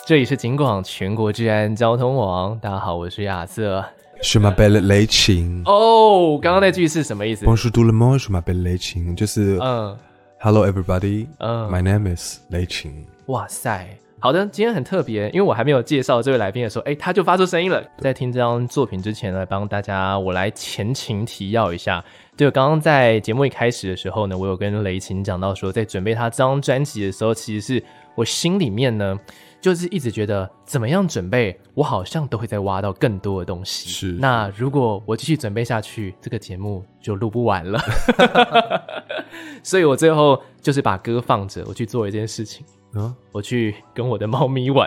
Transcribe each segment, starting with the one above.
这里是警广全国治安交通网，大家好，我是亚瑟。 Je m'appelle 雷晴。 哦，刚刚那句是什麼意思 Bonjour tout le monde, je m'appelle 雷晴，就是Hello everybody, my name is 雷晴。 哇塞，好的，今天很特别，因为我还没有介绍这位来宾的时候，他就发出声音了。在听这张作品之前呢，帮大家我来前情提要一下。就刚刚在节目一开始的时候呢，我有跟雷晴讲到说，在准备他这张专辑的时候，其实是我心里面呢，就是一直觉得怎么样准备，我好像都会再挖到更多的东西。 是， 那如果我继续准备下去，这个节目就录不完了。所以我最后就是把歌放着，我去做一件事情。我去跟我的猫咪玩。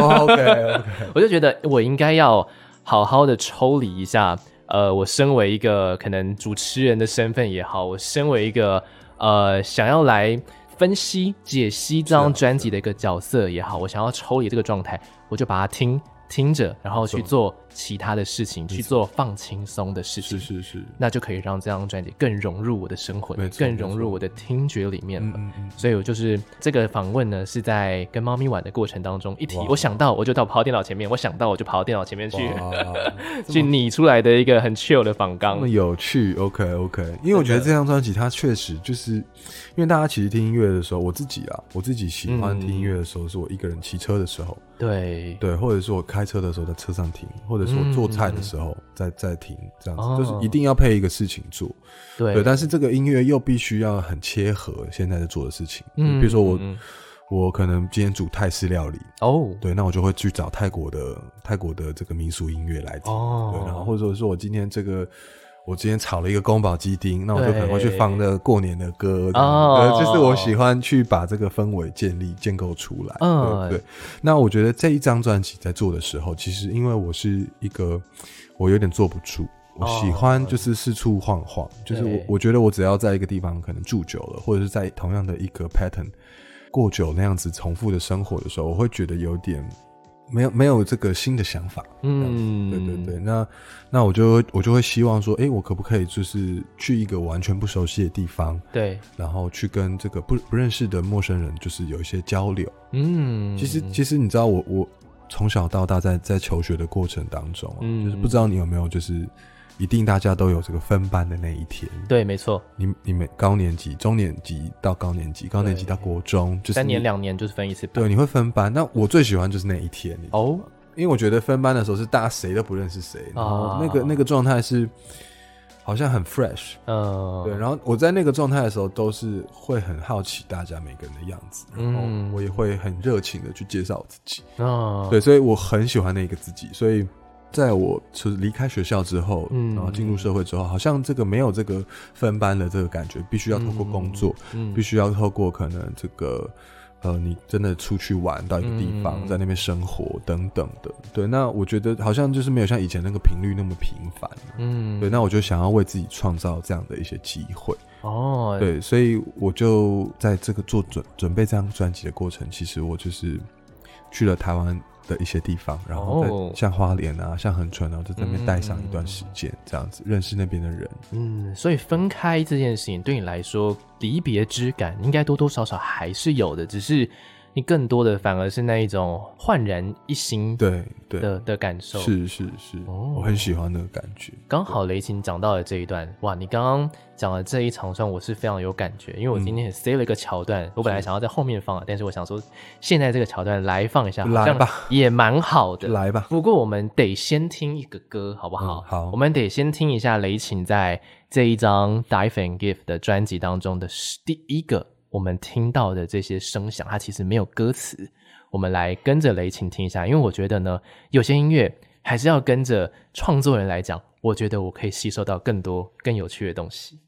OK， 我就觉得我应该要好好的抽离一下。我身为一个可能主持人的身份也好，我身为一个想要来分析解析这张专辑的一个角色也好，我想要抽离这个状态，我就把它听着，然后去做其他的事情，去做放轻松的事情， 是，那就可以让这张专辑更融入我的生活，更融入我的听觉里面了。所以我就是这个访问呢，是在跟猫咪玩的过程当中一提，我想到我就跑到电脑前面，我想到我就跑到电脑前面去去拟出来的一个很 chill 的访纲， 那么有趣。OK， 因为我觉得这张专辑它确实就是因为大家其实听音乐的时候，我自己喜欢听音乐的时候，是我一个人骑车的时候，对，或者是我开车的时候在车上听，或者是我做菜的时候再听，这样子，就是一定要配一个事情做。对，但是这个音乐又必须要很切合现在在做的事情。比如说我可能今天煮泰式料理，对，那我就会去找泰国的这个民俗音乐来听。对，然后或者说我今天炒了一个宫保鸡丁，那我就可能会去放那个过年的歌。就是我喜欢去把这个氛围建构出来。对。那我觉得这一张专辑在做的时候，其实因为我是一个我有点坐不住，我喜欢就是四处晃晃，就是我觉得我只要在一个地方可能住久了，或者是在同样的一个 pattern 过久那样子重复的生活的时候，我会觉得有点没有这个新的想法。对，那我就会希望说，我可不可以就是去一个完全不熟悉的地方，对，然后去跟这个不认识的陌生人就是有一些交流。其实你知道我从小到大在求学的过程当中，就是不知道你有没有就是一定大家都有这个分班的那一天。对，没错。你们高年级、中年级到高年级，高年级到国中，就是3年2年就是分一次班。对，你会分班。那我最喜欢就是那一天。因为我觉得分班的时候是大家谁都不认识谁，然后那个状态是好像很 fresh。对，然后我在那个状态的时候都是会很好奇大家每个人的样子，然后我也会很热情的去介绍我自己。对，所以我很喜欢那个自己，所以在我离开学校之后，然后进入社会之后，好像这个没有这个分班的这个感觉，必须要透过工作，必须要透过可能这个你真的出去玩到一个地方，在那边生活等等的。对，那我觉得好像就是没有像以前那个频率那么频繁。对，那我就想要为自己创造这样的一些机会。对，所以我就在这个准备这张专辑的过程，其实我就是去了台湾的一些地方，然后像花莲啊，像恒春啊，就在那边待上一段时间，这样子认识那边的人。所以分开这件事情对你来说，离别之感应该多多少少还是有的，只是你更多的反而是那一种焕然一新的感受。是，我很喜欢那个感觉。刚好雷晴讲到了这一段，哇，你刚刚讲的这一长串我是非常有感觉，因为我今天也塞了一个桥段，我本来想要在后面放，但是我想说现在这个桥段来放一下，来吧，也蛮好的，来吧。不过我们得先听一个歌，好不好？好，我们得先听一下雷晴在这一张 Dive and Give 的专辑当中的第一个我们听到的这些声响，它其实没有歌词，我们来跟着雷晴听一下。因为我觉得呢，有些音乐还是要跟着创作人来讲，我觉得我可以吸收到更多更有趣的东西。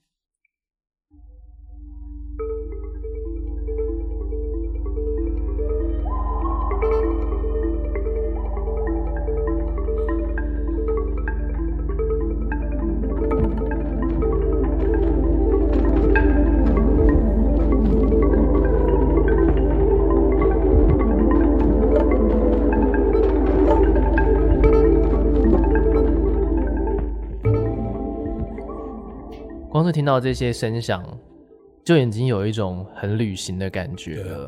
光是听到这些声响就已经有一种很旅行的感觉了。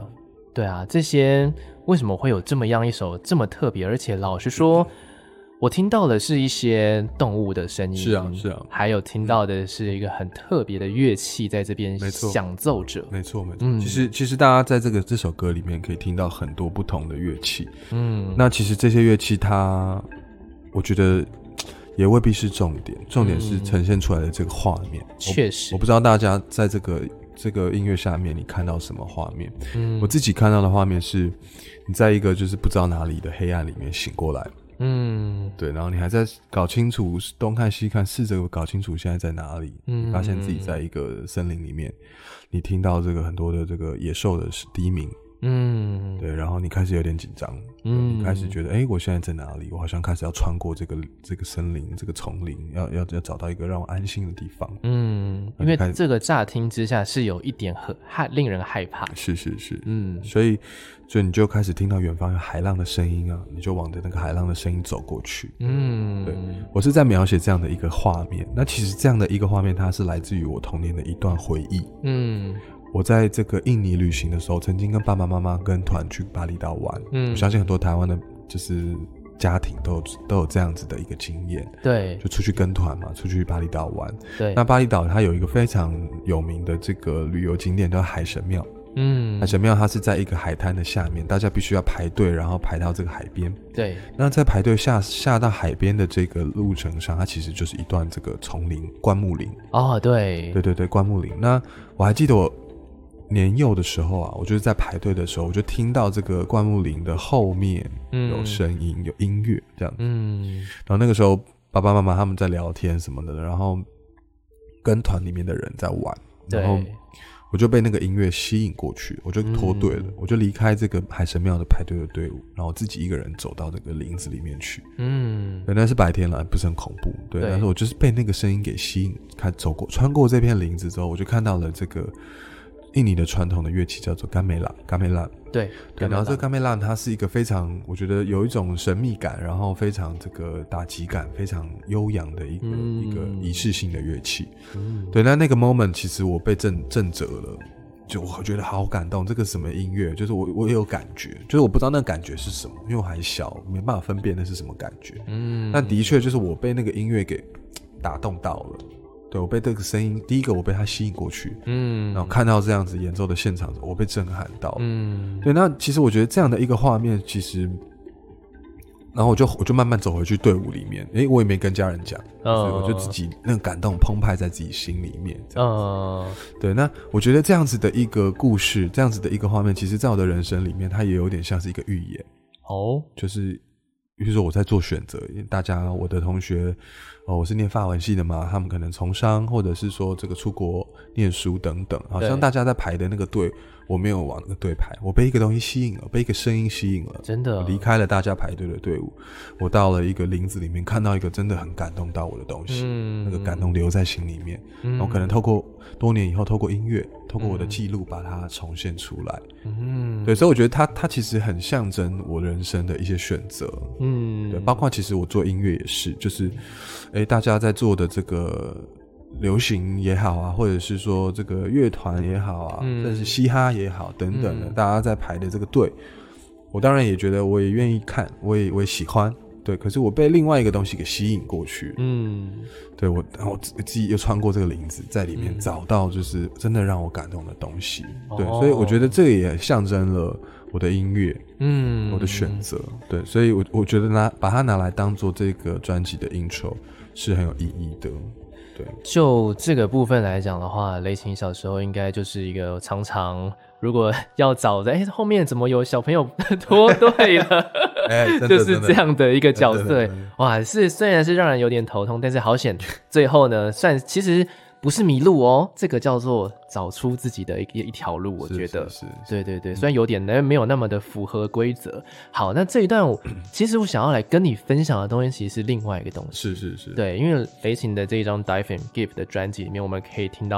对啊，这些为什么会有这么样一首这么特别？而且老实说，我听到的是一些动物的声音， 是啊， 还有听到的是一个很特别的乐器在这边响奏着， 没错。其实大家在这首歌里面可以听到很多不同的乐器，那其实这些乐器我觉得也未必是重点，重点是呈现出来的这个画面。 确实， 我不知道大家在这个音乐下面你看到什么画面。我自己看到的画面是，你在一个就是不知道哪里的黑暗里面醒过来。对，然后你还在搞清楚，东看西看，试着搞清楚现在在哪里。你发现自己在一个森林里面，你听到这个很多的这个野兽的低鸣。对，然后你开始有点紧张，你开始觉得，我现在在哪里？我好像开始要穿过这个森林，这个丛林，要找到一个让我安心的地方。 因为这个乍听之下是有一点令人害怕。 是。所以你就开始听到远方有海浪的声音啊，你就往着那个海浪的声音走过去。对，我是在描写这样的一个画面。那其实这样的一个画面，它是来自于我童年的一段回忆。我在这个印尼旅行的时候，曾经跟爸爸妈妈跟团去巴厘岛玩。我相信很多台湾的就是家庭都有这样子的一个经验。 对， 就出去跟团嘛，出去巴厘岛玩。 对， 那巴厘岛它有一个非常有名的这个旅游景点叫海神庙。海神庙它是在一个海滩的下面，大家必须要排队，然后排到这个海边。 对， 那在排队下到海边的这个路程上，它其实就是一段这个丛林灌木林。 对， 灌木林。那我还记得我年幼的时候啊，我就是在排队的时候，我就听到这个灌木林的后面有声音，有音乐这样子。然后那个时候爸爸妈妈他们在聊天什么的，然后跟团里面的人在玩，然后我就被那个音乐吸引过去，我就脱队了，我就离开这个海神庙的排队的队伍，然后自己一个人走到这个林子里面去。对，那是白天了，不是很恐怖。对，但是我就是被那个声音给吸引，穿过这片林子之后，我就看到了这个印尼的传统的乐器叫做甘梅拉。 对， 然后这个甘梅拉它是一个非常，我觉得有一种神秘感，然后非常这个打击感，非常悠扬的一个仪式性的乐器。对，那个 moment 其实我被震折了，就我觉得好感动。这个什么音乐，就是我也有感觉，就是我不知道那感觉是什么，因为我还小，没办法分辨那是什么感觉。但的确就是我被那个音乐给打动到了。对，我被这个声音，第一个我被它吸引过去，然后看到这样子演奏的现场，我被震撼到。对，那其实我觉得这样的一个画面，其实，然后我就慢慢走回去队伍里面，我也没跟家人讲，我就自己那个感动澎湃在自己心里面。对，那我觉得这样子的一个故事，这样子的一个画面，其实在我的人生里面，它也有点像是一个预言。就是比如说我在做选择，我的同学，我是念法文系的嘛，他们可能从商，或者是说这个出国念书等等，好像大家在排的那个队，我没有往那个队排，我被一个东西吸引了，被一个声音吸引了， 真的， 我离开了大家排队的队伍，我到了一个林子里面，看到一个真的很感动到我的东西，那个感动留在心里面，然后可能透过多年以后，透过音乐，透过我的记录，把它重现出来。对，所以我觉得它其实很象征我人生的一些选择。对，包括其实我做音乐也是，就是大家在做的这个流行也好啊，或者是说这个乐团也好啊，甚至嘻哈也好等等的，大家在排的这个队，我当然也觉得我也愿意看，我也喜欢。对，可是我被另外一个东西给吸引过去。对，然后自己又穿过这个林子，在里面找到就是真的让我感动的东西。对，所以我觉得这个也象征了我的音乐，我的选择。对，所以我觉得把它拿来当做这个专辑的 intro 是很有意义的。对， 就这个部分来讲的话，雷霆小时候应该就是一个常常如果要找的，后面怎么有小朋友脱队了就是这样的一个角色。哇，虽然是让人有点头痛，但是好险最后呢其实不是迷路哦，这个叫做找出自己的一条路。我觉得是对，虽然有点没有那么的符合规则。好，那这一段其实我想要来跟你分享的东西其实是另外一个东西。 是对，因为雷霆的这一张 Dive and Give 的专辑里面，我们可以听到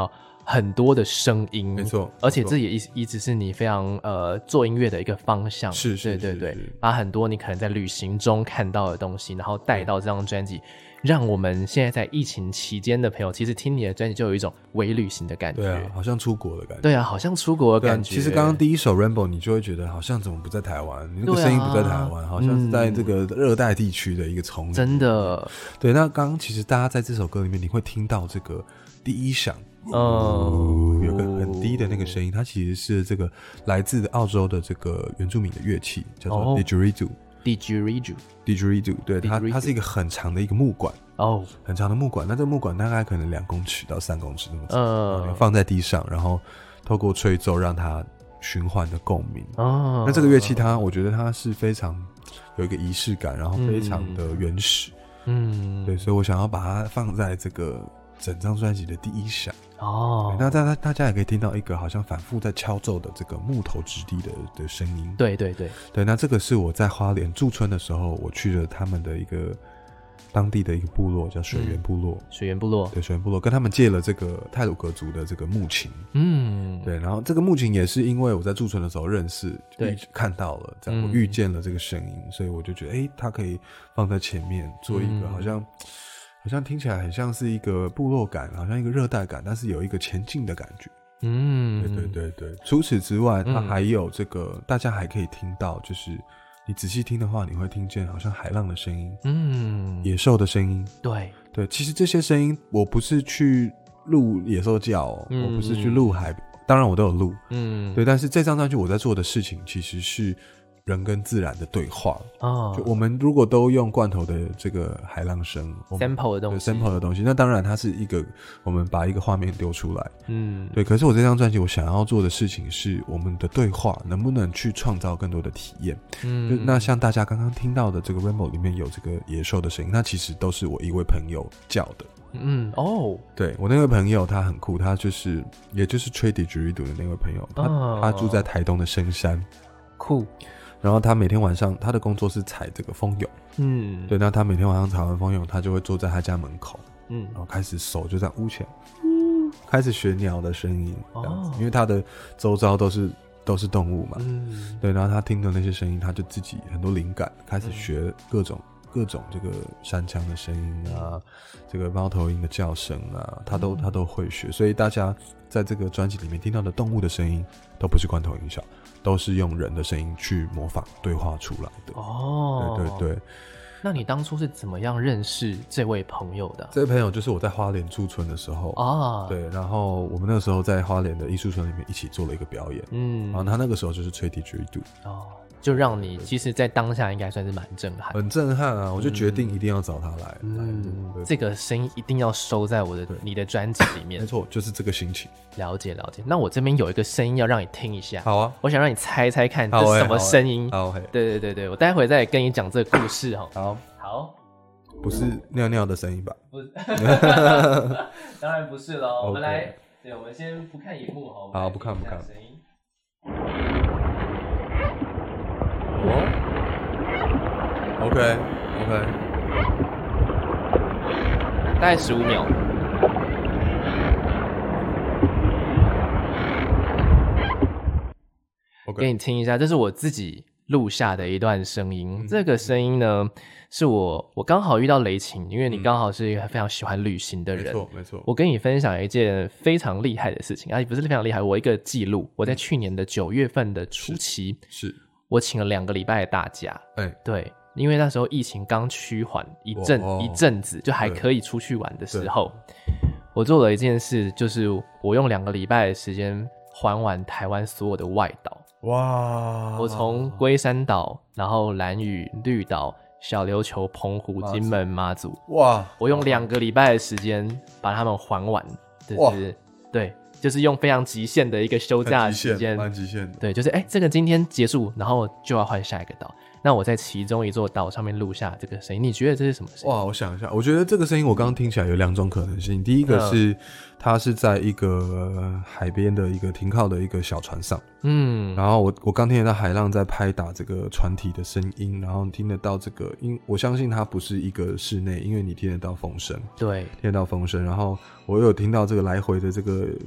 很多的声音， 没错， 而且这也一直是你非常做音乐的一个方向， 是对，把很多你可能在旅行中看到的东西，然后带到这张专辑，让我们现在在疫情期间的朋友，其实听你的专辑就有一种微旅行的感觉， 对啊，好像出国的感觉， 对啊，好像出国的感觉。 其实刚刚第一首 Rainbow 你就会觉得好像怎么不在台湾，你那个声音不在台湾，好像是在这个热带地区的一个丛林， 真的。 对，那刚刚其实大家在这首歌里面你会听到这个第一响，有个很低的那个声音，它其实是这个来自澳洲的这个原住民的乐器，叫做 didgeridoo。didgeridoo， 对，它是一个很长的一个木管，很长的木管。那这个木管大概可能2公尺到3公尺那么长，放在地上，然后透过吹奏让它循环的共鸣。那这个乐器我觉得它是非常有一个仪式感，然后非常的原始。对，所以我想要把它放在这个整张专辑的第一响。那大家也可以听到一个好像反复在敲奏的这个木头质地的声音。对，那这个是我在花莲驻村的时候，我去了他们的一个当地的一个部落，叫水源部落。水源部落跟他们借了这个太鲁阁族的这个木琴。对，然后这个木琴也是因为我在驻村的时候认识，看到了，这样我遇见了这个声音，所以我就觉得它可以放在前面做一个好像听起来很像是一个部落感，好像一个热带感，但是有一个前进的感觉。对。除此之外，它还有这个，大家还可以听到，就是你仔细听的话，你会听见好像海浪的声音，野兽的声音。对，其实这些声音，我不是去录野兽叫我不是去录海，当然我都有录，对，但是这张专辑我在做的事情其实是人跟自然的对话。就我们如果都用罐头的这个海浪声 sample 的东西，那当然它是一个我们把一个画面丢出来，对。可是我这张专辑我想要做的事情是我们的对话能不能去创造更多的体验。就那像大家刚刚听到的这个 Rainbow 里面有这个野兽的声音，那其实都是我一位朋友叫的。对，我那位朋友他很酷，他也就是吹 didgeridoo 的那位朋友，他住在台东的深山，酷。然后他每天晚上他的工作是采这个蜂蛹，对，那他每天晚上采完蜂蛹，他就会坐在他家门口，然后开始手就这样捂起来，开始学鸟的声音，这样子，因为他的周遭都是动物嘛，对，然后他听的那些声音，他就自己很多灵感，开始学各种这个山羌的声音啊，这个猫头鹰的叫声啊，他都会学，所以大家在这个专辑里面听到的动物的声音都不是罐头音效，都是用人的声音去模仿对话出来的。对。 那你当初是怎么样认识这位朋友的？ 这位朋友就是我在花莲驻村的时候对，然后我们那个时候在花莲的艺术村里面一起做了一个表演，然后他那个时候就是吹 didgeridoo， 就让你其实在当下应该算是蛮震撼， 很震撼啊！我就决定一定要找他来， 这个声音一定要收在你的专辑里面。 没错，就是这个心情。 了解。那我这边有一个声音要让你听一下。 好啊， 我想让你猜猜看这是什么声音。好，对，我待会再跟你讲这个故事。好， 不是尿尿的声音吧？ 不是，当然不是咯。我们来，对，我们先不看荧幕好， 不看声音。OK， 大概15秒。给你听一下，这是我自己录下的一段声音。这个声音呢，是我刚好遇到雷晴，因为你刚好是一个非常喜欢旅行的人。 没错。 我跟你分享一件非常厉害的事情，也不是非常厉害，我一个记录。我在去年的9月份的初期，我请了2个礼拜的大假。对，因为那时候疫情刚趋缓一阵子，就还可以出去玩的时候，我做了一件事，就是我用2个礼拜的时间环完台湾所有的外岛。 哇！ 我从龟山岛，然后兰屿、绿岛、小琉球、澎湖、金门、马祖， 哇！ 我用2个礼拜的时间把他们环完，就是对，就是用非常极限的一个休假的时间， 蛮极限的。 对，就是这个今天结束，然后就要换下一个岛。那我在其中一座岛上面录下这个声音，你觉得这是什么声音？ 哇，我想一下，我觉得这个声音我刚刚听起来有2种可能性。第一个是它是在一个海边的一个停靠的一个小船上，然后我刚听得到海浪在拍打这个船体的声音，然后听得到这个我相信它不是一个室内，因为你听得到风声， 对， 听得到风声，然后我有听到这个来回的这个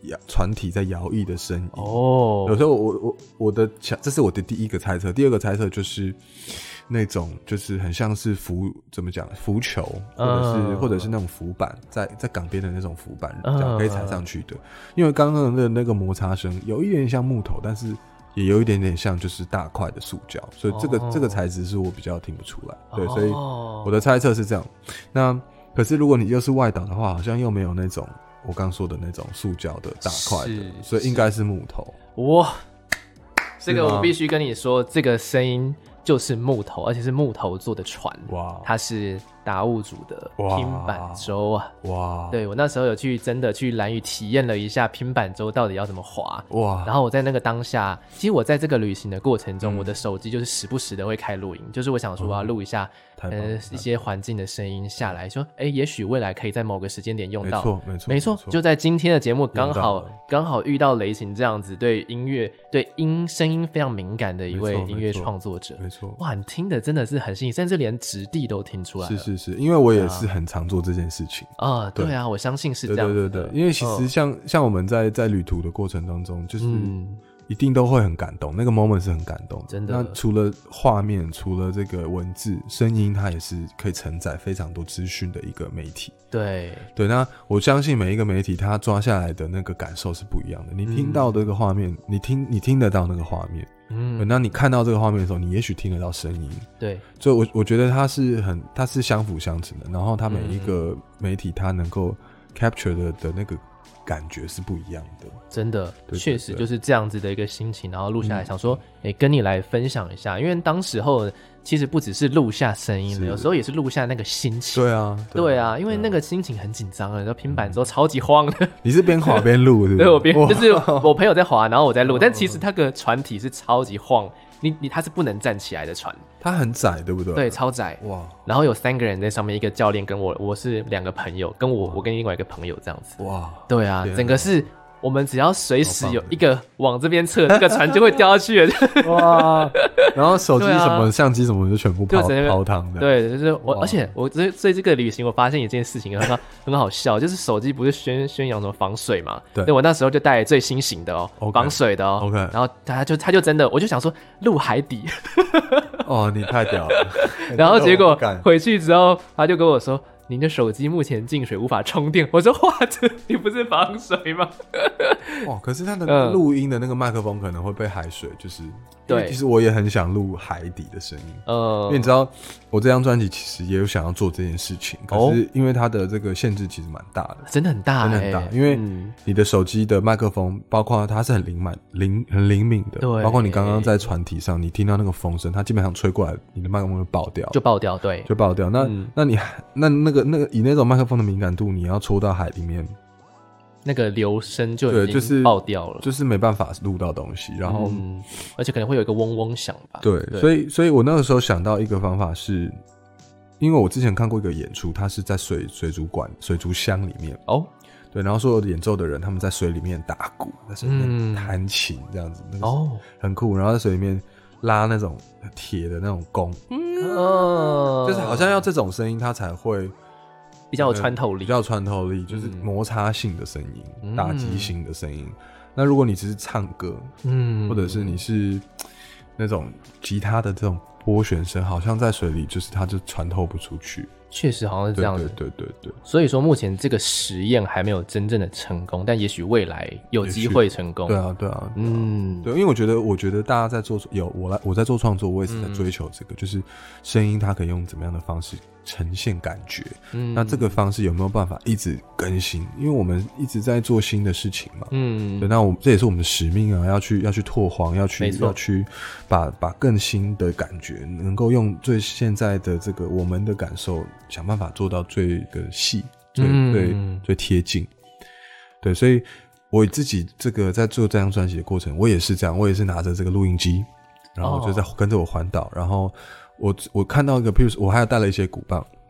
船体在摇曳的声音。有时候我的这是我的第一个猜测，第二个猜测就是那种就是很像是怎么讲浮球，或者是那种浮板，在港边的那种浮板，这样可以踩上去的。因为刚刚的那个摩擦声有一点像木头，但是也有一点点像就是大块的塑胶，所以这个材质是我比较听不出来。对，所以我的猜测是这样。那可是如果你又是外岛的话，好像又没有那种我刚说的那种塑胶的大块的，所以应该是木头。 哇，这个我必须跟你说，这个声音就是木头，而且是木头做的船。哇，它是达悟族的拼板舟啊！哇，对，我那时候真的去兰屿体验了一下拼板舟到底要怎么滑。哇，然后我在那个当下，其实我在这个旅行的过程中，我的手机就是时不时的会开录音，就是我想说我要录一下一些环境的声音下来，说也许未来可以在某个时间点用到。没错，就在今天的节目刚好遇到雷晴这样子对音乐对声音非常敏感的一位音乐创作者。没错，哇，你听的真的是很细腻，甚至连质地都听出来了。 是，因为我也是很常做这件事情啊。对啊，我相信是这样子的。 对，因为其实像我们在旅途的过程当中，就是一定都会很感动，那个 moment 是很感动的。真的。那除了画面，除了这个文字、声音，它也是可以承载非常多资讯的一个媒体。对，那我相信每一个媒体它抓下来的那个感受是不一样的。你听到这个画面，你听得到那个画面。那你看到这个画面的时候，你也许听得到声音。对，所以我觉得它是相辅相成的。然后它每一个媒体它能够 capture 的那个感觉是不一样的。真的，确实就是这样子的一个心情，然后录下来，想说跟你来分享一下。因为当时候其实不只是录下声音了，有时候也是录下那个心情。对啊，因为那个心情很紧张，然后拼板之后超级慌的。你是边滑边录是不是？对，就是我朋友在滑，然后我在录，但其实那个船体是超级晃。它是不能站起来的船，它很窄，对不对？对，超窄。哇！然后有3个人在上面，一个教练跟我是2个朋友，我跟另外一个朋友这样子。哇！对啊，整个是我们只要随时有一个往这边侧，那个船就会掉下去了。哇！然后手机什么、相机什么就全部泡汤的。对，就是而且我所以这个旅行我发现一件事情很好笑，就是手机不是宣扬什么防水嘛？对，我那时候就带最新型的防水的OK，然后他就真的，我就想说录海底。哦，你太屌了！然后结果回去之后，他就跟我说：“您的手机目前进水无法充电。”我说：“哇，你不是防水吗？”哇，可是它的录音的那个麦克风可能会被海水，就是对。其实我也很想录海底的声音，因为你知道，我这张专辑其实也有想要做这件事情，可是因为它的这个限制其实蛮大的，真的很大，真的很大。因为你的手机的麦克风，包括它是很灵敏的，对，包括你刚刚在船体上，你听到那个风声，它基本上吹过来，你的麦克风会爆掉，就爆掉，对，就爆掉。那你那个以那种麦克风的敏感度，你要戳到海里面，那个流声就已经爆掉了，就是没办法录到东西，然后而且可能会有一个嗡嗡响吧。对，所以我那个时候想到一个方法是，因为我之前看过一个演出，它是在水族箱里面哦，对，然后所有的演奏的人他们在水里面打鼓，在水里面弹琴这样子，哦，很酷，然后在水里面拉那种铁的那种弓，就是好像要这种声音它才会比较有穿透力，就是摩擦性的声音，打击性的声音。那如果你只是唱歌，或者是你是那种吉他的这种拨弦声，好像在水里就是它就穿透不出去。确实好像是这样子，对。所以说目前这个实验还没有真正的成功，但也许未来有机会成功。对啊，对，因为我觉得大家在做我在做创作，我也是在追求这个，就是声音它可以用怎么样的方式呈现感觉。那这个方式有没有办法一直更新？因为我们一直在做新的事情嘛。对，那这也是我们的使命啊，要去拓荒，要去把更新的感觉能够用最现在的这个我们的感受。想办法做到最的细，最贴近。对，所以我自己这个在做这张专辑的过程，我也是这样，我也是拿着这个录音机，然后就在跟着我环岛，然后我看到一个，譬如我还有带了一些鼓棒，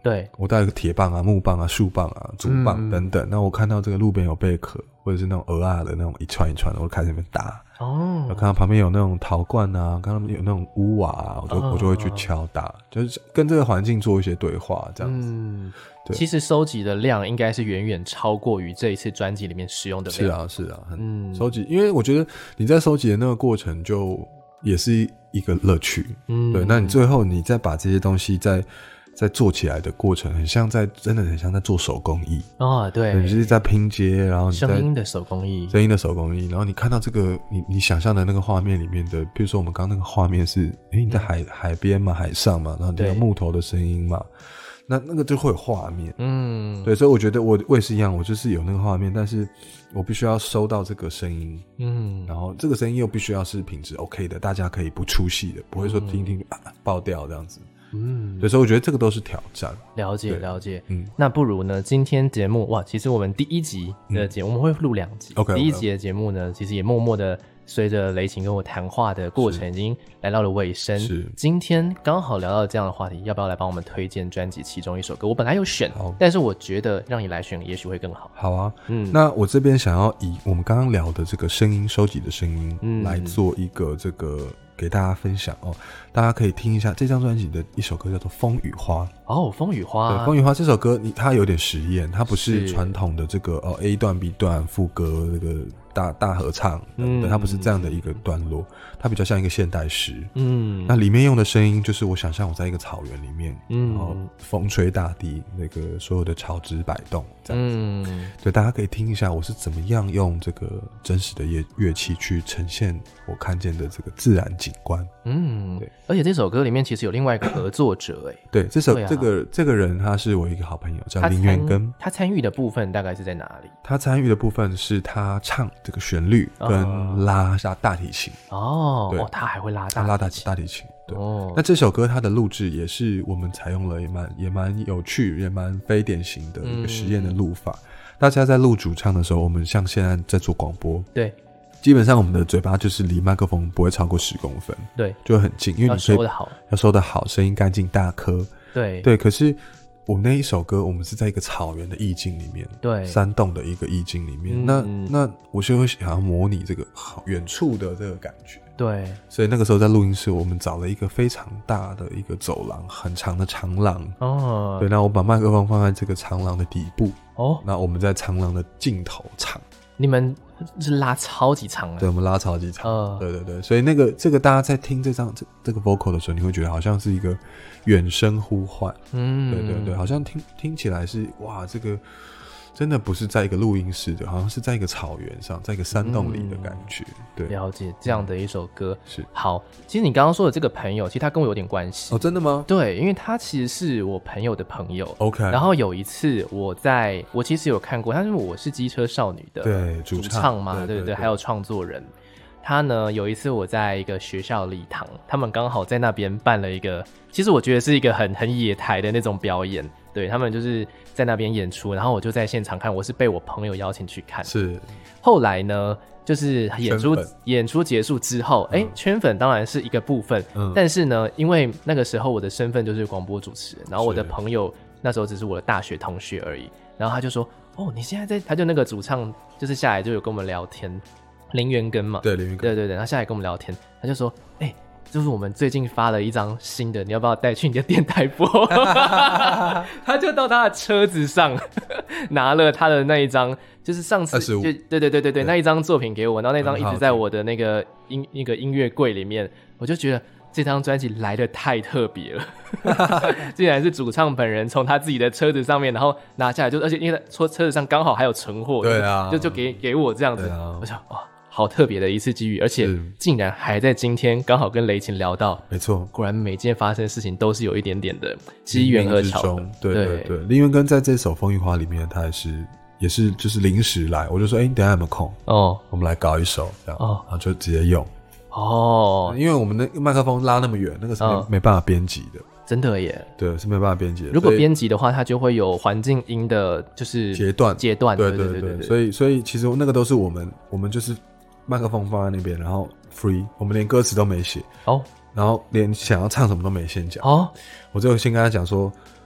对， 我带了个铁棒啊、木棒啊、树棒啊、竹棒等等。那我看到这个路边有贝壳，或者是那种鹅啊的那种一串一串的，我就开始在那边打。我看到旁边有那种陶罐啊，看到有那种屋瓦啊，我就会去敲打，就是跟这个环境做一些对话，这样子。对， 其实收集的量应该是远远超过于这一次专辑里面使用的量。 是啊，收集，因为我觉得你在收集的那个过程就也是一个乐趣。对，那你最后你再把这些东西在做起来的过程，真的很像在做手工艺。 对， 你就是在拼接，然后你声音的手工艺， 然后你看到这个你想象的那个画面里面的，比如说我们刚刚那个画面是，你在海边嘛，海上嘛，然后你有木头的声音嘛，那个就会有画面。对，所以我觉得我也是一样，我就是有那个画面，但是我必须要收到这个声音。然后这个声音又必须要是品质 OK 的，大家可以不出戏的，不会说听听爆掉这样子。所以我觉得这个都是挑战。了解。 那不如呢，今天节目其实我们第一集的节目，我们会录2集。第一集的节目呢，其实也默默的随着雷晴跟我谈话的过程，已经来到了尾声。今天刚好聊到这样的话题，要不要来帮我们推荐专辑其中一首歌？我本来有选，但是我觉得让你来选也许会更好。 好啊，那我这边想要以我们刚刚聊的这个声音收集的声音，来做一个这个给大家分享大家可以听一下这张专辑的一首歌，叫做《风与花》。 风与花， 对，《风与花》这首歌它有点实验，它不是传统的这个A 段 B 段副歌这个大合唱，它不是这样的一个段落，它比较像一个现代诗。那里面用的声音就是我想象我在一个草原里面，然后风吹大地，那个所有的草枝摆动这样子。对，大家可以听一下我是怎么样用这个真实的乐器去呈现我看见的这个自然景观。对， 而且这首歌里面其实有另外一个合作者。 对，这个人他是我一个好朋友，叫林元根。 他参与的部分大概是在哪里？ 他参与的部分是他唱这个旋律跟拉下大提琴。对， 他还会拉大提琴。对，那这首歌它的录制也是我们采用了也蛮有趣也蛮非典型的一个实验的录法。大家在录主唱的时候，我们像现在在做广播， 对， 基本上我们的嘴巴就是离麦克风不会超过10公分， 对， 就很近，因为你可以要收得好，声音干净大颗。对，可是我们那一首歌，我们是在一个草原的意境里面，对，山洞的一个意境里面。那我就会想要模拟这个远处的这个感觉。对，所以那个时候在录音室，我们找了一个非常大的一个走廊，很长的长廊。对，那我把麦克风放在这个长廊的底部。那我们在长廊的尽头唱。 你们是拉超级长啊？ 对，我们拉超级长。对，所以这个大家在听这个 vocal 的时候，你会觉得好像是一个远声呼唤。对，好像听起来是哇，这个真的不是在一个录音室的，好像是在一个草原上，在一个山洞里的感觉。对， 了解这样的一首歌。 是好，其实你刚刚说的这个朋友，其实他跟我有点关系。 真的吗？ 对，因为他其实是我朋友的朋友。 OK。 然后有一次我其实有看过，他是我是机车少女的主唱嘛，对，还有创作人。他呢有一次我在一个学校礼堂，他们刚好在那边办了一个，其实我觉得是一个很野台的那种表演。对，他们就是在那边演出，然后我就在现场看，我是被我朋友邀请去看。 是， 后来呢，就是演出结束之后，圈粉当然是一个部分，但是呢，因为那个时候我的身份就是广播主持人，然后我的朋友那时候只是我的大学同学而已，然后他就说，你现在在，他就那个主唱就是下来就有跟我们聊天，林元根嘛， 对，林元根， 对，他下来跟我们聊天，他就说，就是我们最近发了一张新的，你要不要带去你的电台播？他就到他的车子上拿了他的那一张，就是上次就对那一张作品给我，然后那张一直在我的那个音乐柜里面，我就觉得这张专辑来得太特别了，竟然是主唱本人从他自己的车子上面，然后拿下来，而且因为车子上刚好还有存货， 对啊， 就给我这样子，我想哇。好特别的一次机遇，而且竟然还在今天刚好跟雷晴聊到， 没错， 果然每件发生的事情都是有一点点的机缘和巧合。 对，林元根在这首《风与花》里面，他也是就是临时来，我就说，你等一下有没有空？我们来搞一首这样，然后就直接用。因为我们的麦克风拉那么远，那个是没办法编辑的。 真的耶， 对，是没办法编辑的。 如果编辑的话，它就会有环境音的，就是阶段。 对， 所以其实那个都是我们就是麦克风放在那边，然后 free， 我们连歌词都没写然后连想要唱什么都没先讲我就先跟他讲说，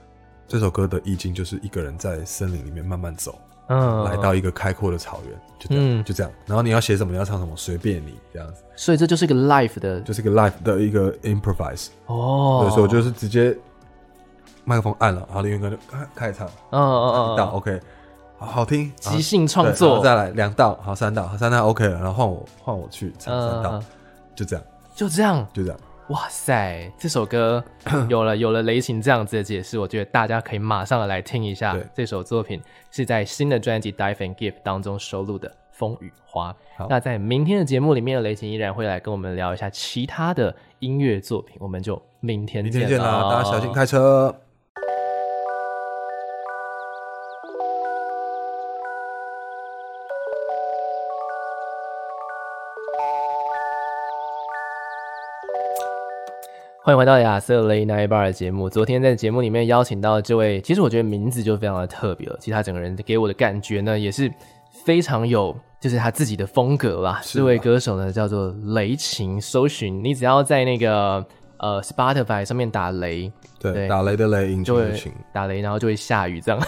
这首歌的意境就是一个人在森林里面慢慢走，来到一个开阔的草原，就这样，就这样。然后你要写什么，你要唱什么，随便你这样子。 所以这就是一个 live 的， 就是一个 live 的一个 improvise。对，所以我就是直接麦克风按了，然后林元哥就开始唱，一道 OK， 好听， 即兴创作， 然后再来2道，好3道，好3道 OK 了，然后换我去唱3道，就这样。 哇塞，这首歌有了雷琴这样子的解释，我觉得大家可以马上来听一下。这首作品是在新的专辑 Dive and Give 当中收录的《风与花》。那在明天的节目里面，雷琴依然会来跟我们聊一下其他的音乐作品，我们就明天见啦，大家小心开车。 欢迎回到亚瑟雷奈巴的节目。昨天在节目里面邀请到这位，其实我觉得名字就非常的特别了。其实他整个人给我的感觉呢，也是非常有，就是他自己的风格啦。这位歌手呢叫做雷琴，搜寻你只要在那个Spotify 上面打雷， 对，打雷的雷，引擎的擎， 打雷，然后就会下雨这样。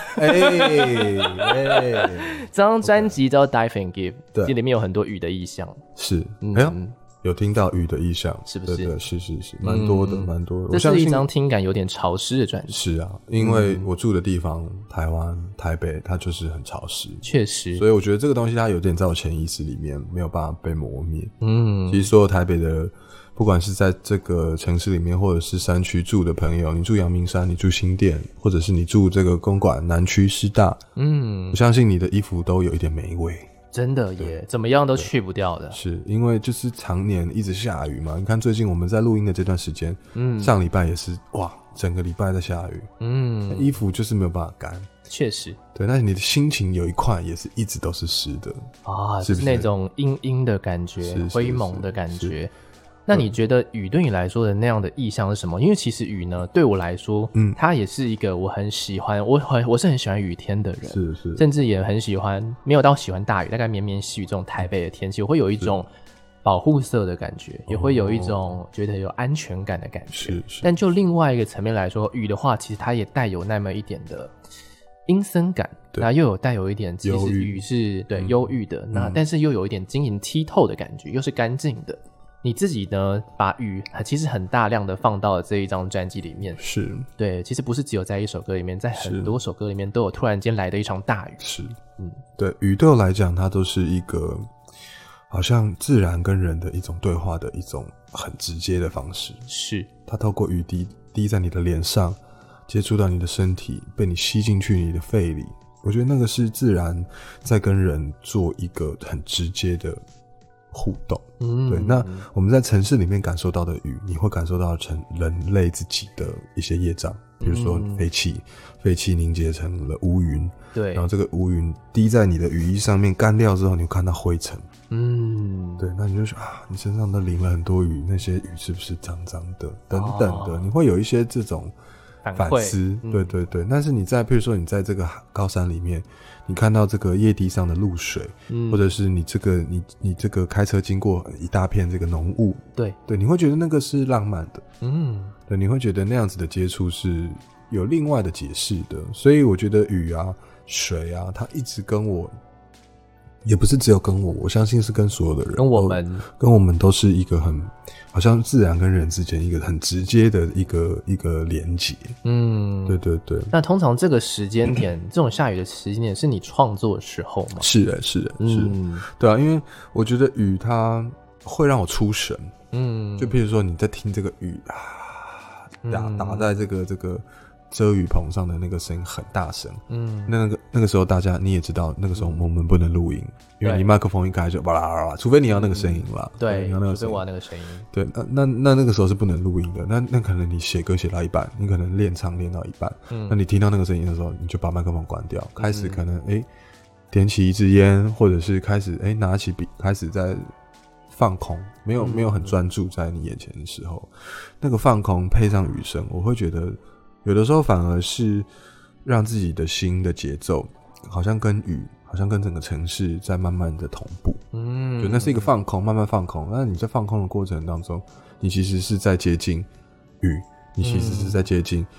这张专辑叫 Dive and Give， 这里面有很多雨的意象。 是，有听到雨的意象， 是不是？ 对，是，蛮多的。 这是一张听感有点潮湿的专辑。 是啊，因为我住的地方台湾台北，它就是很潮湿， 确实。 所以我觉得这个东西它有点在我潜意识里面没有办法被磨灭。其实所有台北的，不管是在这个城市里面，或者是山区住的朋友，你住阳明山，你住新店，或者是你住这个公馆南区师大，我相信你的衣服都有一点霉味。 真的耶，怎么样都去不掉的。 是因为就是常年一直下雨嘛，你看最近我们在录音的这段时间，上礼拜也是哇，整个礼拜在下雨，衣服就是没有办法干。 确实， 对，那你的心情有一块也是一直都是湿的啊，是那种阴阴的感觉，灰蒙的感觉。那你觉得雨对你来说的那样的意象是什么？因为其实雨呢，对我来说，它也是一个我很喜欢，我是很喜欢雨天的人， 是， 甚至也很喜欢，没有到喜欢大雨，大概绵绵细雨这种台北的天气，我会有一种保护色的感觉，也会有一种觉得有安全感的感觉。是。但就另外一个层面来说，雨的话，其实它也带有那么一点的阴森感，那又有带有一点，其实雨是对忧郁的，那但是又有一点晶莹剔透的感觉，又是干净的。你自己呢，把雨其实很大量的放到了这一张专辑里面， 是对，其实不是只有在一首歌里面，在很多首歌里面都有突然间来的一场大雨。 是，对，雨对我来讲，它都是一个好像自然跟人的一种对话的一种很直接的方式。 是， 它透过雨滴在你的脸上，接触到你的身体，被你吸进去你的肺里。我觉得那个是自然在跟人做一个很直接的互动。对，那我们在城市里面感受到的雨，你会感受到成人类自己的一些业障，比如说废气凝结成了乌云， 对， 然后这个乌云滴在你的雨衣上面干掉之后，你会看到灰尘，对，那你就说啊，你身上都淋了很多雨，那些雨是不是脏脏的等等的，你会有一些这种反思，对。但是你在譬如说你在这个高山里面，你看到这个叶地上的露水，或者是你这个开车经过一大片这个浓雾，对，你会觉得那个是浪漫的，对，你会觉得那样子的接触是有另外的解释的。所以我觉得雨啊水啊，它一直跟我，也不是只有跟我相信是跟所有的人，跟我们都是一个很好像自然跟人之间一个很直接的一个连结。对。 那通常这个时间点，这种下雨的时间点，是你创作的时候吗？ 是，对啊，因为我觉得雨它会让我出神。就譬如说你在听这个雨打在这个遮雨棚上的那个声音很大声，那个时候大家你也知道，那个时候我们不能录音，因为你麦克风一开就巴拉巴拉，除非你要那个声音啦， 对， 你要那个声音， 除非我要那个声音， 对，那个时候是不能录音的，那可能你写歌写到一半，你可能练唱练到一半，那你听到那个声音的时候，你就把麦克风关掉，开始可能点起一支烟，或者是开始拿起笔开始在放空，没有很专注在你眼前的时候，那个放空配上雨声，我会觉得有的时候反而是让自己的心的节奏好像跟整个城市在慢慢的同步。就那是一个放空，慢慢放空。那你在放空的过程当中，你其实是在接近雨，你其实是在接近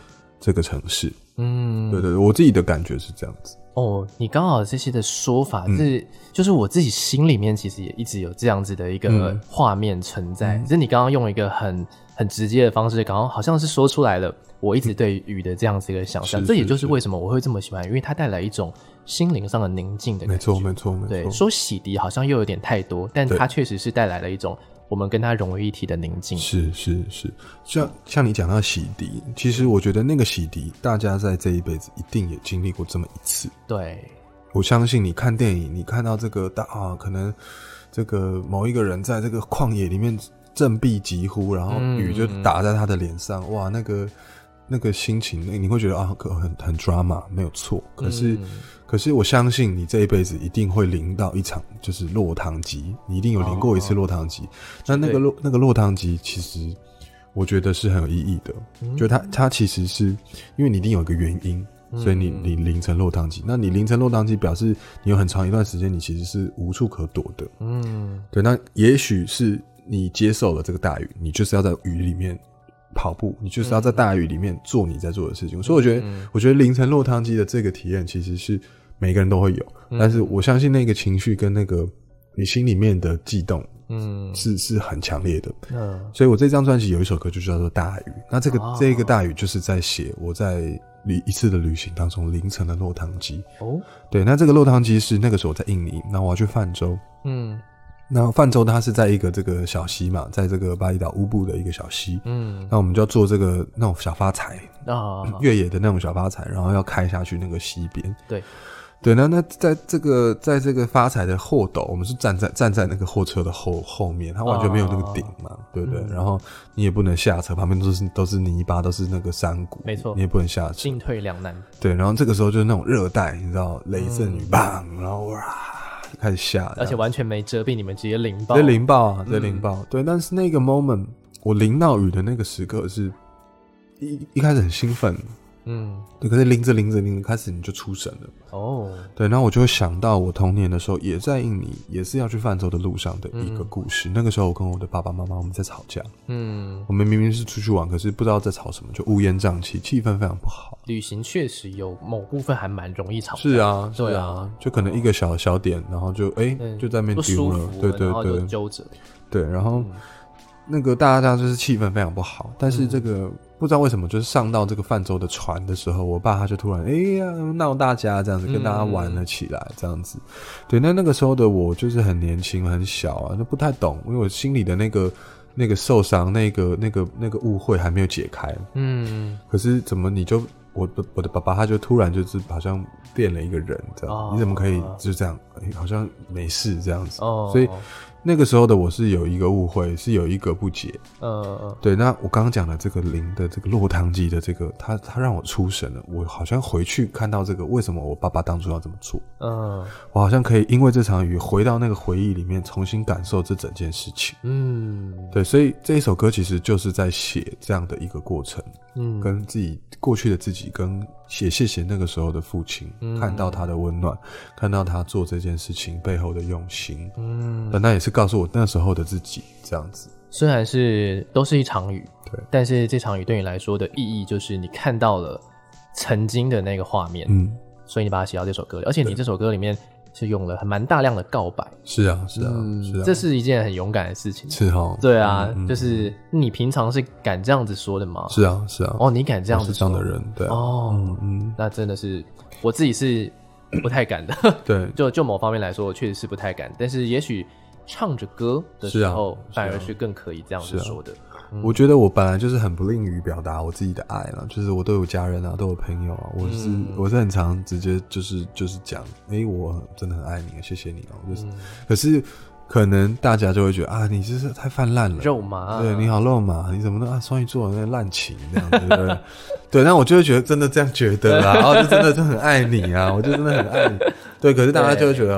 这个城市。对对，我自己的感觉是这样子。 你刚好这些的说法就是我自己心里面其实也一直有这样子的一个画面存在，只是你刚刚用一个很直接的方式，刚刚好像是说出来了我一直对雨的这样子一个想象，这也就是为什么我会这么喜欢，因为它带来一种心灵上的宁静的感觉。 没错。 对，说洗涤好像又有点太多，但它确实是带来了一种我们跟它融为一体的宁静。是， 像你讲到洗涤，其实我觉得那个洗涤，大家在这一辈子一定也经历过这么一次。 对， 我相信你看电影，你看到这个可能这个某一个人在这个旷野里面振臂疾呼，然后雨就打在他的脸上，哇，那个心情，你会觉得很 drama， 没有错。可是我相信你这一辈子一定会淋到一场就是落汤鸡，你一定有淋过一次落汤鸡。那个落汤鸡，其实我觉得是很有意义的，就它其实是因为你一定有一个原因，所以你淋成落汤鸡。那你淋成落汤鸡，表示你有很长一段时间你其实是无处可躲的。对，那也许是你接受了这个大雨，你就是要在雨里面跑步，你就是要在大雨里面做你在做的事情。所以我觉得淋成落汤鸡的这个体验其实是每个人都会有，但是我相信那个情绪跟那个你心里面的悸动是很强烈的。所以我这张专辑有一首歌就叫做大雨，那这个大雨就是在写我在一次的旅行当中淋成了落汤鸡。对，那这个落汤鸡是那个时候我在印尼，那我要去泛舟。那泛舟它是在一个这个小溪嘛，在这个巴厘岛乌布的一个小溪。那我们就要做那种小发财越野的那种小发财，然后要开下去那个溪边。对，那在这个发财的货斗，我们是站在那个货车的后面，它完全没有那个顶嘛，对不对？然后你也不能下车，旁边都是泥巴，都是那个山谷， 没错， 你也不能下车， 进退两难。 对，然后这个时候就是那种热带，你知道，雷阵雨棒，然后哇开始下， 而且完全没遮蔽，你们直接淋爆， 对，淋爆啊，对，淋爆。对，但是那个 moment 我淋到雨的那个时刻是一开始很兴奋。对，可是淋着开始你就出神了。对，然后我就会想到我童年的时候也在印尼，也是要去泛舟的路上的一个故事。那个时候我跟我的爸爸妈妈我们在吵架。我们明明是出去玩，可是不知道在吵什么，就乌烟瘴气，气氛非常不好。 旅行确实有某部分还蛮容易吵架。 是啊，对啊，就可能一个小点，然后就就在那边丢了，对， 然后就揪着。 对，然后那个大家就是气氛非常不好，但是这个不知道为什么，就是上到这个泛舟的船的时候，我爸他就突然闹大家这样子，跟大家玩了起来这样子。对，那个时候的我就是很年轻很小啊，就不太懂，因为我心里的那个受伤，那个误会还没有解开。可是怎么你就我的爸爸他就突然就是好像变了一个人这样，你怎么可以就这样，好像没事这样子。所以那个时候的我是有一个误会，是有一个不解。对，那我刚刚讲的这个淋的这个落汤鸡的这个，他让我出神了。我好像回去看到这个，为什么我爸爸当初要这么做？我好像可以因为这场雨回到那个回忆里面，重新感受这整件事情。对，所以这一首歌其实就是在写这样的一个过程。跟自己过去的自己，跟谢谢那个时候的父亲，看到他的温暖，看到他做这件事情背后的用心。那也是告诉我那时候的自己这样子。 虽然都是一场雨，对，但是这场雨对你来说的意义就是你看到了曾经的那个画面，所以你把它写到这首歌里，而且你这首歌里面是用了蛮大量的告白。 是啊， 这是一件很勇敢的事情。 是齁， 对啊，就是你平常是敢这样子说的吗？ 是啊。 你敢这样子说？ 我是这样的人，对啊。 那真的是我自己是不太敢的。对，就某方面来说，我确实是不太敢。但是也许唱着歌的时候，反而是更可以这样子说的。 我觉得我本来就是很不吝于表达我自己的爱啦，就是我都有家人啊，都有朋友啊，我是很常直接就是讲，我真的很爱你，谢谢你啊，可是可能大家就会觉得你这是太泛滥了， 肉麻， 对，你好肉麻，你怎么双鱼座那烂情这样子，对不对？对，那我就会觉得真的这样觉得啦，就真的很爱你啊，我就真的很爱你。对，可是大家就会觉得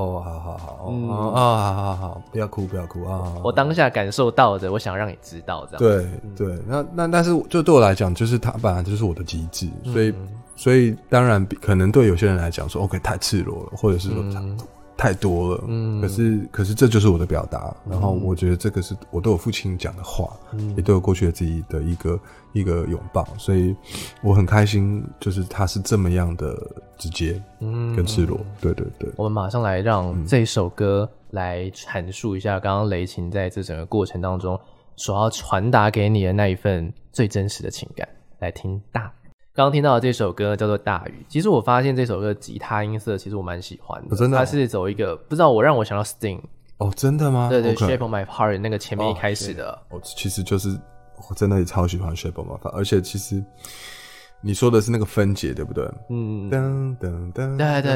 好，不要哭啊！ 我当下感受到的，我想让你知道这样。 对，那但是就对我来讲，就是它本来就是我的极致，所以当然可能对有些人来讲说 ，OK 太赤裸了，或者是说太多了，可是这就是我的表达，然后我觉得这个是我对我父亲讲的话，也对我过去的自己的一个拥抱，所以我很开心，就是他是这么样的直接跟赤裸，对对对。 我们马上来让这首歌来阐述一下刚刚雷琴在这整个过程当中所要传达给你的那一份最真实的情感。来听大雨，刚刚听到的这首歌叫做大雨。其实我发现这首歌的吉他音色其实我蛮喜欢的， 真的， 它是走一个不知道让我想到 Sting。 哦，真的吗？ 对对， Shape of My Heart 那个前面一开始的， 其实就是我真的也超喜欢 Shape of My Heart， 而且其实你说的是那个分解对不对？噔噔噔，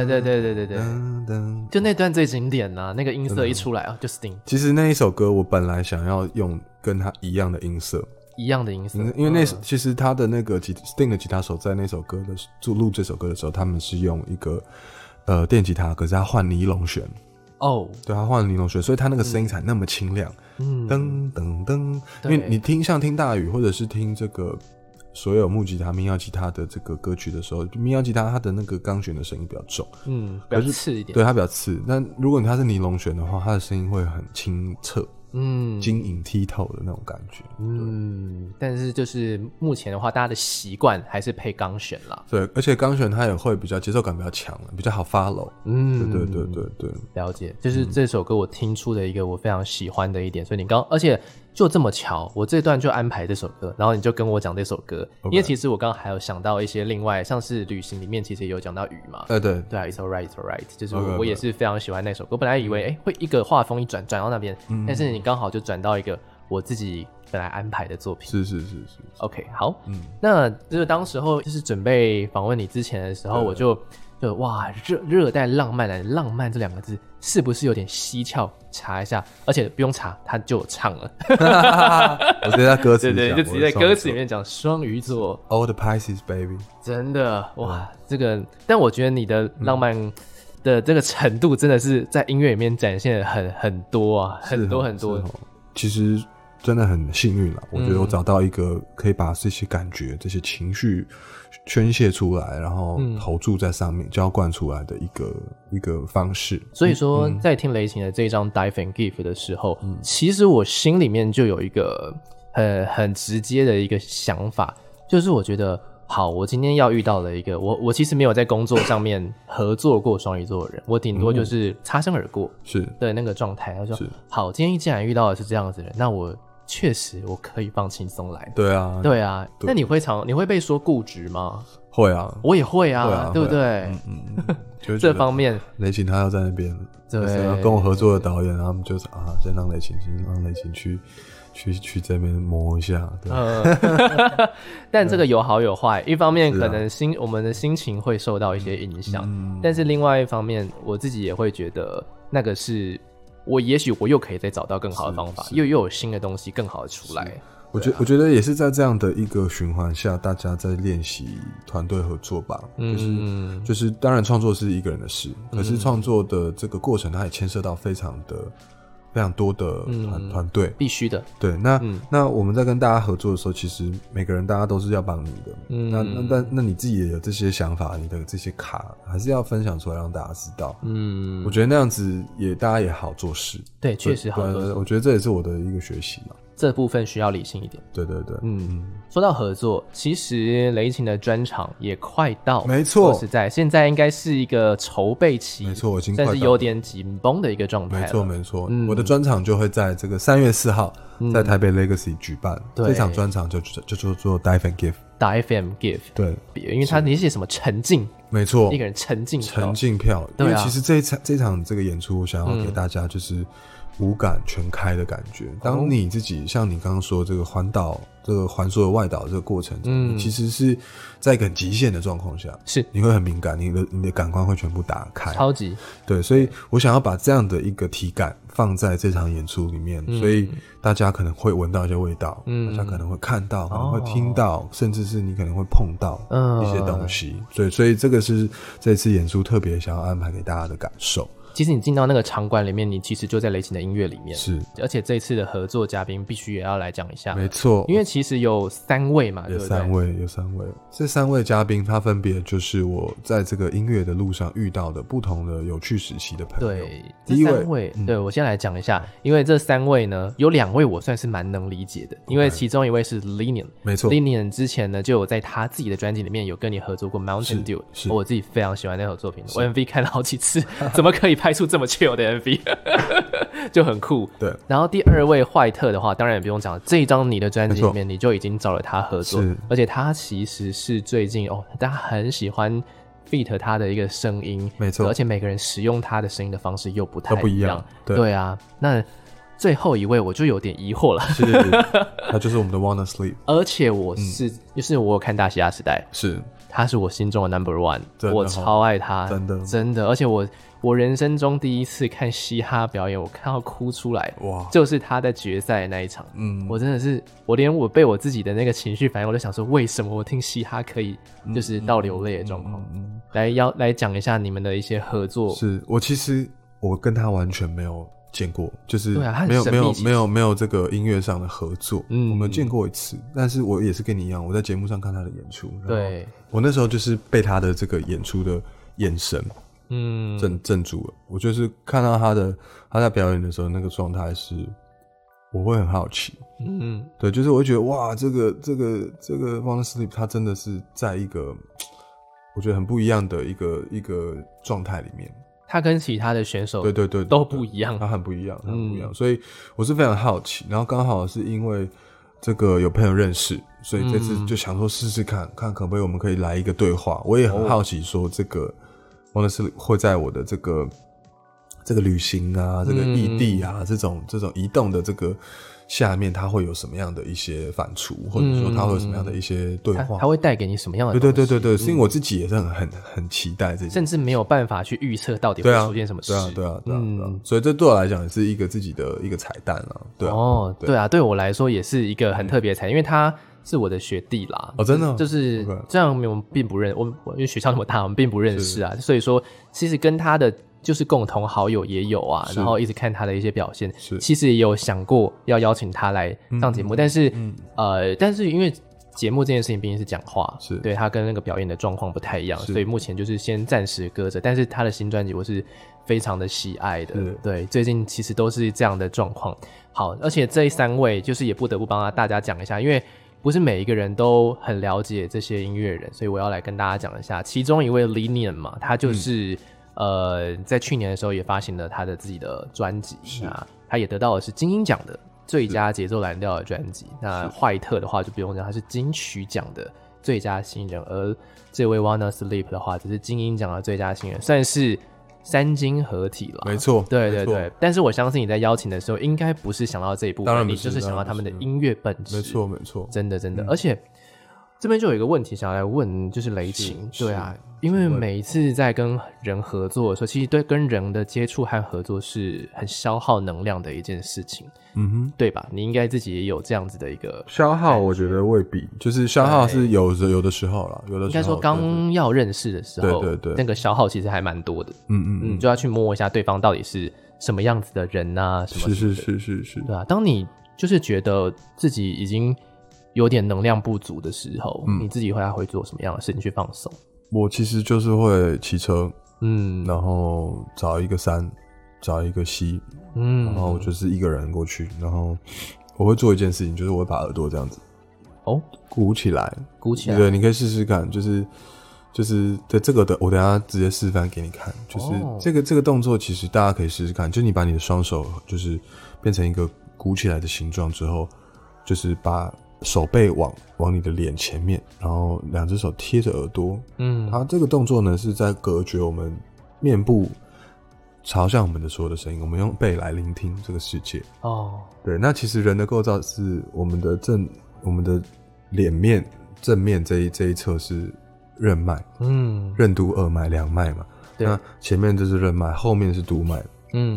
对，就那段最经典啊，那个音色一出来就 Sting。 其实那一首歌我本来想要用跟他一样的音色，因为其实他的那个Sting 的吉他手在那首歌的录这首歌的时候，他们是用一个电吉他，可是他换尼龙弦。对，他换了尼龙弦，所以他那个声音才那么清亮。噔噔噔，因为你像听大雨，或者是听这个所有木吉他、民谣吉他的这个歌曲的时候，民谣吉他它的那个钢弦的声音比较重， 比较刺一点。 对，它比较刺。那如果它是尼龙弦的话，它的声音会很清澈。晶莹剔透的那种感觉。 但是就是目前的话，大家的习惯还是配钢弦啦。 对，而且钢弦它也会比较节奏感比较强，比较好 follow。对， 了解。就是这首歌我听出的一个我非常喜欢的一点，所以而且就这么巧，我这段就安排这首歌，然后你就跟我讲这首歌，因为其实我刚刚还有想到一些另外，像是旅行里面其实也有讲到雨嘛。对啊 ，It's alright, it's alright， 就是我也是非常喜欢那首歌。我本来以为会一个画风一转到那边，但是你刚好就转到一个我自己本来安排的作品。 是 OK， 好，那就是当时候就是准备访问你之前的时候，我就哇，热带浪漫的浪漫这两个字是不是有点蹊跷？查一下，而且不用查，他就有唱了。 我直接在歌词里讲，就直接在歌词里面讲双鱼座 ，All the Pisces baby， 真的哇，这个，但我觉得你的浪漫的这个程度真的是在音乐里面展现的很多啊，很多。 其实真的很幸运啦，我觉得我找到一个可以把这些感觉、这些情绪宣泄出来，然后投注在上面、浇灌出来的一个方式。 所以说，在听雷琴的这一张《Dive and Give》的时候，其实我心里面就有一个很直接的一个想法，就是我觉得，好，我今天要遇到了一个我其实没有在工作上面合作过双鱼座的人，我顶多就是擦身而过的那个状态。他说，好，今天既然遇到的是这样子的人，那我确实我可以放轻松来。 对啊。 那你会被说固执吗？ 会啊， 我也会啊，对不对？这方面， 雷琴他要在那边，对，跟我合作的导演，然后他们就是先让雷琴去这边磨一下。对。 但这个有好有坏，一方面可能我们的心情会受到一些影响，但是另外一方面，我自己也会觉得那个是。也许我又可以再找到更好的方法，又有新的东西更好的出来。 我觉得也是在这样的一个循环下，大家在练习团队合作吧。就是当然创作是一个人的事，可是创作的这个过程，它也牵涉到非常多的团队， 必须的。 对，那我们在跟大家合作的时候，其实每个人大家都是要帮你的。那你自己也有这些想法，你的这些卡还是要分享出来让大家知道。我觉得那样子大家也好做事。 对，确实好做事。 我觉得这也是我的一个学习嘛。 这部分需要理性一点。 对。 说到合作，其实雷琴的专场也快到， 没错。 说实在，现在应该是一个筹备期， 没错，我已经快到， 但是有点紧绷的一个状态了。 没错。我的专场就会在这个3月4号在台北 Legacy 举办。这场专场就叫做 Dive and Give。Dive and Give。 对， 因为他那些什么沉浸， 没错， 一个人沉浸票。因为其实这场这个演出，我想要给大家就是五感全开的感觉。当你自己像你刚刚说这个环岛，这个环所有外岛这个过程中，你其实是在一个很极限的状况下，是你会很敏感，你的感官会全部打开， 超级对。所以我想要把这样的一个体感放在这场演出里面，所以大家可能会闻到一些味道，大家可能会看到，可能会听到，甚至是你可能会碰到一些东西。所以这个是这次演出特别想要安排给大家的感受。 其实你进到那个场馆里面，你其实就在雷擎的音乐里面。 是， 而且这一次的合作嘉宾必须也要来讲一下。 没错，因为其实有3位嘛， 有3位，有3位。这3位嘉宾，他分别就是我在这个音乐的路上遇到的不同的有趣时期的朋友。 对，第3位，对，我先来讲一下，因为这3位呢，有2位我算是蛮能理解的，因为其中一位是 Linian， 没错 ，Linian 之前呢就有在他自己的专辑里面有跟你合作过 Mountain Dew， 我自己非常喜欢那首作品，我 MV 看了好几次，怎么可以拍出这么 chill 的 MV， 就很酷。 对， 然后第2位坏特的话，当然也不用讲，这一张你的专辑里面你就已经找了他合作，而且他其实是最近大家很喜欢 feat 他的一个声音， 没错， 而且每个人使用他的声音的方式又不太一样， 对啊，那最后一位我就有点疑惑了， 是他就是我们的 Wanna Sleep， 而且我是就是我有看大嘻哈时代， 是他是我心中的 No.1， 我超爱他，真的，而且我人生中第一次看嘻哈表演，我看到哭出来，哇！就是他在决赛那一场，我真的是，我连我被我自己的那个情绪反应，我都想说，为什么我听嘻哈可以就是到流泪的状况？来讲一下你们的一些合作。 是我其实我跟他完全没有见过，就是没有这个音乐上的合作，我们见过一次，但是我也是跟你一样，我在节目上看他的演出，对，我那时候就是被他的这个演出的眼神。镇住了。我就是看到他在表演的时候那个状态是，我会很好奇。对，就是我会觉得哇，这个 Wanna Sleep 他真的是在一个我觉得很不一样的一个状态里面。 他跟其他的选手对都不一样， 他很不一样，所以我是非常好奇。然后刚好是因为这个有朋友认识，所以这次就想说试试看可不可以我们可以来一个对话。我也很好奇说这个Wanna Sleep会在我的这个旅行啊，这个异地啊，这种移动的这个下面，它会有什么样的一些反刍，或者说它会有什么样的一些对话， 它会带给你什么样的东西？ 对，是因为我自己也是很期待这件事， 甚至没有办法去预测到底会出现什么事。 对啊，所以这对我来讲也是一个自己的一个彩蛋啊。对啊， 对我来说也是一个很特别的彩蛋，因为他是我的学弟啦。 真的就是这样，我们并不认我因为学校那么大，我们并不认识啊，所以说其实跟他的就是共同好友也有啊，然后一直看他的一些表现，其实也有想过要邀请他来上节目，但是因为节目这件事情毕竟是讲话，对他跟那个表演的状况不太一样，所以目前就是先暂时搁着。但是他的新专辑我是非常的喜爱的，对，最近其实都是这样的状况。好，而且这3位就是也不得不帮大家讲一下，因为不是每一个人都很了解这些音乐人，所以我要来跟大家讲一下。其中一位 Linian 嘛，他就是在去年的时候也发行了他的自己的专辑，那他也得到的是金鹰奖的最佳节奏蓝调的专辑。那坏特的话就不用讲，他是金曲奖的最佳新人，而这位 Wanna Sleep 的话只是金鹰奖的最佳新人，算是3金合体了。 没错， 对。但是我相信你在邀请的时候，应该不是想到这一部分，当然你就是想到他们的音乐本质。 没错， 真的。而且这边就有一个问题想要来问，就是雷擎，对啊，因为每一次在跟人合作的时候，其实对跟人的接触和合作是很消耗能量的一件事情，对吧？你应该自己也有这样子的一个消耗，我觉得未必，就是消耗是有的时候啦，有的时候应该说刚要认识的时候，对，那个消耗其实还蛮多的，就要去摸一下对方到底是什么样子的人啊，什么是， 对啊。当你就是觉得自己已经有点能量不足的时候，你自己会做什么样的事情去放松？ 我其实就是会骑车，然后找一个山，找一个溪，然后我就是一个人过去，然后我会做一件事情，就是我会把耳朵这样子鼓起来，对，你可以试试看，就是对这个的，我等一下直接示范给你看，就是这个动作，其实大家可以试试看，就你把你的双手就是变成一个鼓起来的形状之后，就是把手背往你的脸前面，然后2只手贴着耳朵，它这个动作呢是在隔绝我们面部朝向我们的所有的声音，我们用背来聆听这个世界。对，那其实人的构造是我们的脸面正面这一侧是任脉，任督二脉2脉嘛，那前面就是任脉，后面是督脉，那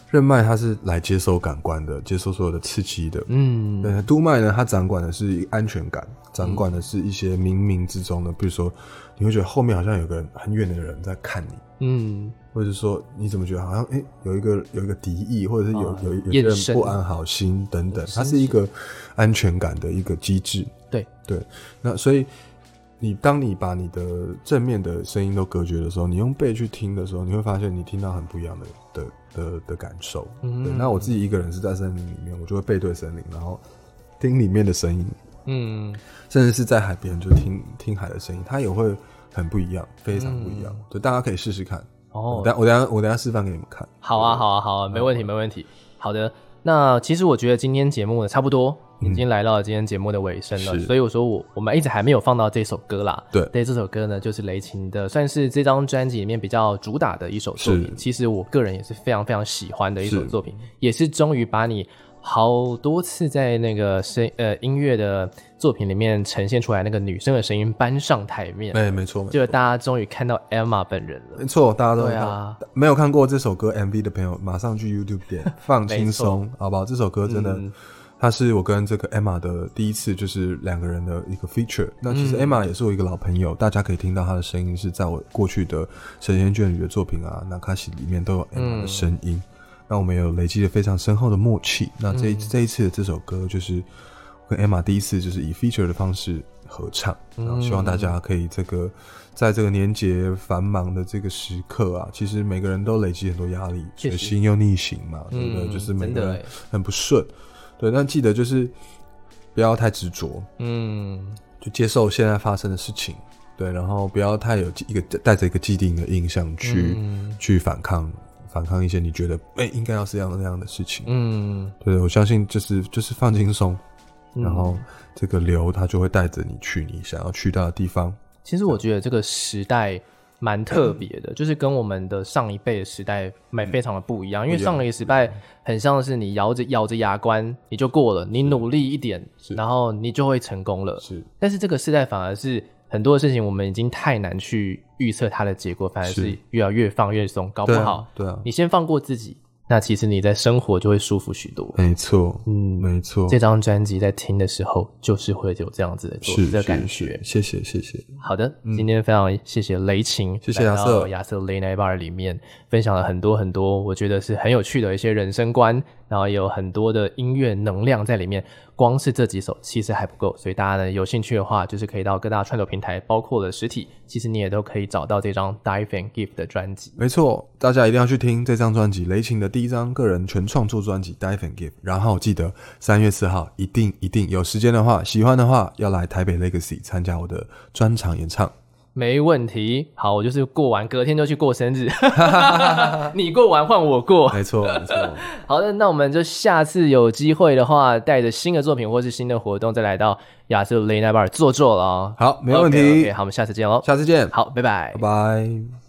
任脉它是来接收感官的，接收所有的刺激的。对，督脉呢，它掌管的是安全感，掌管的是一些冥冥之中的，比如说你会觉得后面好像有个很远的人在看你，或者是说你怎么觉得好像有一个敌意，或者是有一个人不安好心等等，它是一个安全感的一个机制。对，那所以当你把你的正面的声音都隔绝的时候，你用背去听的时候，你会发现你听到很不一样的感受。对，那我自己一个人是在森林里面，我就会背对森林，然后听里面的声音，甚至是在海边就听海的声音，它也会很不一样，非常不一样。对，大家可以试试看。我等下示范给你们看。 好啊，没问题。好的，那其实我觉得今天节目呢，差不多已经来到了今天节目的尾声了，所以我说我们一直还没有放到这首歌啦。对，这首歌呢就是雷擎的，算是这张专辑里面比较主打的一首作品。其实我个人也是非常非常喜欢的一首作品，也是终于把你好多次在那个音乐的作品里面呈现出来那个女生的声音搬上台面。 没错， 就是大家终于看到 Emma 本人了。 没错，大家都没有看过这首歌 MV 的朋友，马上去 YouTube 点放轻松，好不好？这首歌真的。它是我跟这个 Emma 的第一次，就是2个人的一个 feature。那其实 Emma 也是我一个老朋友，大家可以听到她的声音是在我过去的神仙眷侣的作品啊、纳卡西里面都有 Emma 的声音。那我们有累积了非常深厚的默契。那这一次的这首歌就是跟 Emma 第一次就是以 feature 的方式合唱，然后希望大家可以在这个年节繁忙的这个时刻啊，其实每个人都累积很多压力，血型又逆行嘛，对不对？就是每个人很不顺。对，但记得就是不要太执着，就接受现在发生的事情，对，然后不要太有带着一个既定的印象去反抗一些你觉得应该要是那样的事情，对，我相信就是放轻松，然后这个流它就会带着你去你想要去到的地方。 其实我觉得这个时代蛮特别的，就是跟我们的上一辈的时代非常的不一样，因为上一个时代很像是你咬着牙关你就过了，你努力一点然后你就会成功了。但是这个时代反而是很多的事情我们已经太难去预测它的结果，反而是越放越松，搞不好对啊， 你先放过自己，那其实你在生活就会舒服许多。 没错，没错。 这张专辑在听的时候，就是会有这样子的感觉。 谢谢。 好的，今天非常谢谢雷擎， 谢谢亚瑟， 亚瑟 Late Night Bar 里面分享了很多很多，我觉得是很有趣的一些人生观，然后也有很多的音乐能量在里面。光是这几首其实还不够，所以大家呢有兴趣的话，就是可以到各大串流平台，包括了实体，其实你也都可以找到这张 Dive and Give 的专辑。 没错，大家一定要去听这张专辑，雷擎的第一张个人全创作专辑 Dive and Give。然后记得3月4号一定有时间的话，喜欢的话要来台北 Legacy 参加我的专场演唱。 没问题，好，我就是过完隔天就去过生日你过完换我过， 没错好的，那我们就下次有机会的话带着新的作品或是新的活动再来到亚瑟 Late Night Bar 坐了。 好，没问题。 OK， 好，我们下次见咯。 下次见， 好，拜拜。 拜拜。